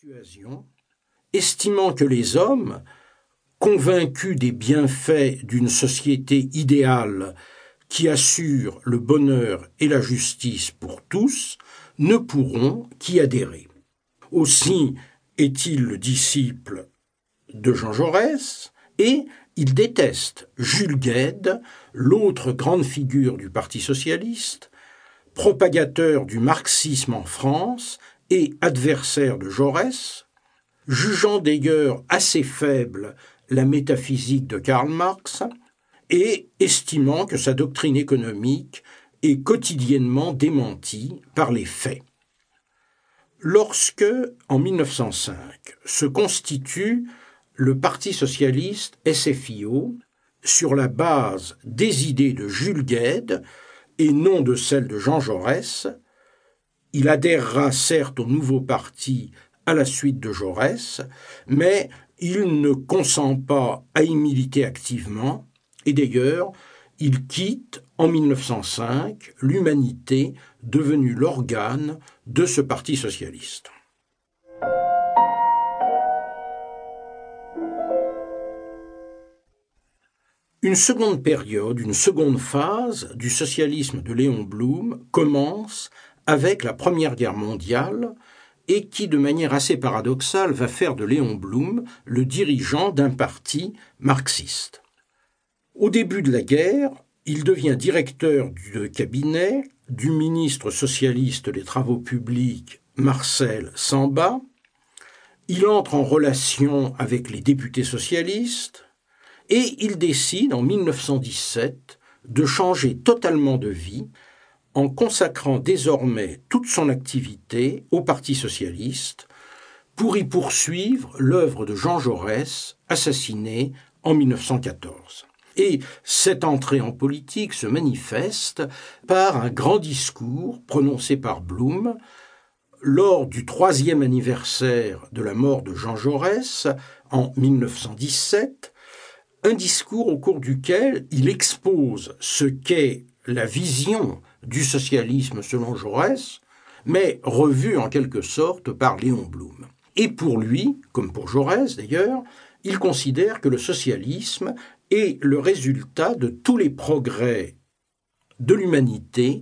persuasion, estimant que les hommes, convaincus des bienfaits d'une société idéale qui assure le bonheur et la justice pour tous, ne pourront qu'y adhérer. Aussi est-il le disciple de Jean Jaurès et il déteste Jules Guesde, l'autre grande figure du Parti socialiste, propagateur du marxisme en France et adversaire de Jaurès, jugeant d'ailleurs assez faible la métaphysique de Karl Marx et estimant que sa doctrine économique est quotidiennement démentie par les faits. Lorsque, en 1905, se constitue le Parti socialiste SFIO sur la base des idées de Jules Guesde et non de celles de Jean Jaurès, il adhérera certes au nouveau parti à la suite de Jaurès, mais il ne consent pas à y militer activement, et d'ailleurs, il quitte en 1905 l'Humanité devenue l'organe de ce Parti socialiste. Une seconde période, une seconde phase du socialisme de Léon Blum commence avec la Première Guerre mondiale et qui, de manière assez paradoxale, va faire de Léon Blum le dirigeant d'un parti marxiste. Au début de la guerre, il devient directeur du cabinet du ministre socialiste des Travaux publics Marcel Sembat. Il entre en relation avec les députés socialistes et il décide en 1917 de changer totalement de vie en consacrant désormais toute son activité au Parti socialiste pour y poursuivre l'œuvre de Jean Jaurès, assassiné en 1914. Et cette entrée en politique se manifeste par un grand discours prononcé par Blum lors du 3e anniversaire de la mort de Jean Jaurès en 1917, un discours au cours duquel il expose ce qu'est la vision du socialisme selon Jaurès, mais revue en quelque sorte par Léon Blum. Et pour lui, comme pour Jaurès d'ailleurs, il considère que le socialisme est le résultat de tous les progrès de l'humanité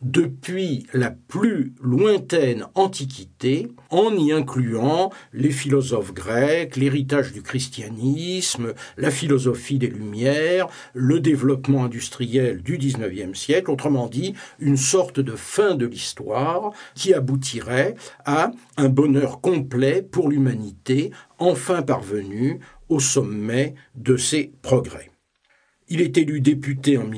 depuis la plus lointaine Antiquité, en y incluant les philosophes grecs, l'héritage du christianisme, la philosophie des Lumières, le développement industriel du XIXe siècle, autrement dit, une sorte de fin de l'histoire qui aboutirait à un bonheur complet pour l'humanité, enfin parvenue au sommet de ses progrès. Il est élu député en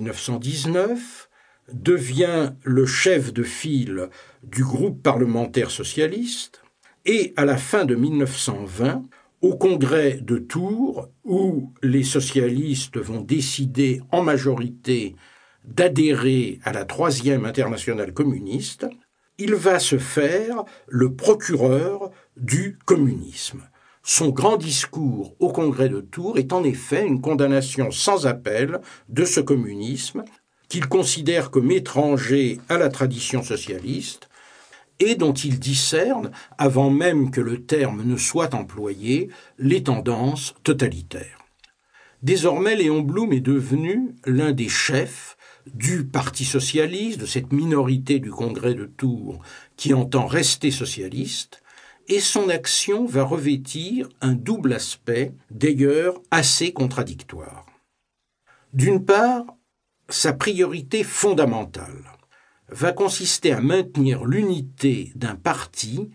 1919, devient le chef de file du groupe parlementaire socialiste et à la fin de 1920, au congrès de Tours, où les socialistes vont décider en majorité d'adhérer à la 3e internationale communiste, il va se faire le procureur du communisme. Son grand discours au congrès de Tours est en effet une condamnation sans appel de ce communisme qu'il considère comme étranger à la tradition socialiste et dont il discerne, avant même que le terme ne soit employé, les tendances totalitaires. Désormais, Léon Blum est devenu l'un des chefs du Parti socialiste, de cette minorité du congrès de Tours qui entend rester socialiste, et son action va revêtir un double aspect, d'ailleurs assez contradictoire. D'une part, sa priorité fondamentale va consister à maintenir l'unité d'un parti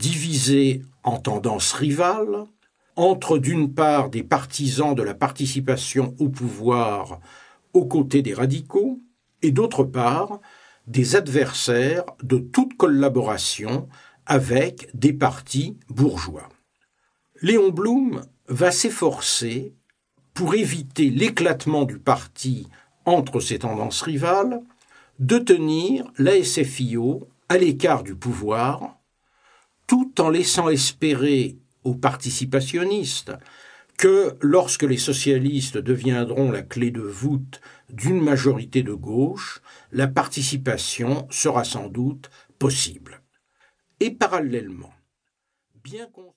divisé en tendances rivales, entre d'une part des partisans de la participation au pouvoir aux côtés des radicaux, et d'autre part des adversaires de toute collaboration avec des partis bourgeois. Léon Blum va s'efforcer, pour éviter l'éclatement du parti entre ces tendances rivales, de tenir la SFIO à l'écart du pouvoir, tout en laissant espérer aux participationnistes que lorsque les socialistes deviendront la clé de voûte d'une majorité de gauche, la participation sera sans doute possible. Et parallèlement, bien qu'on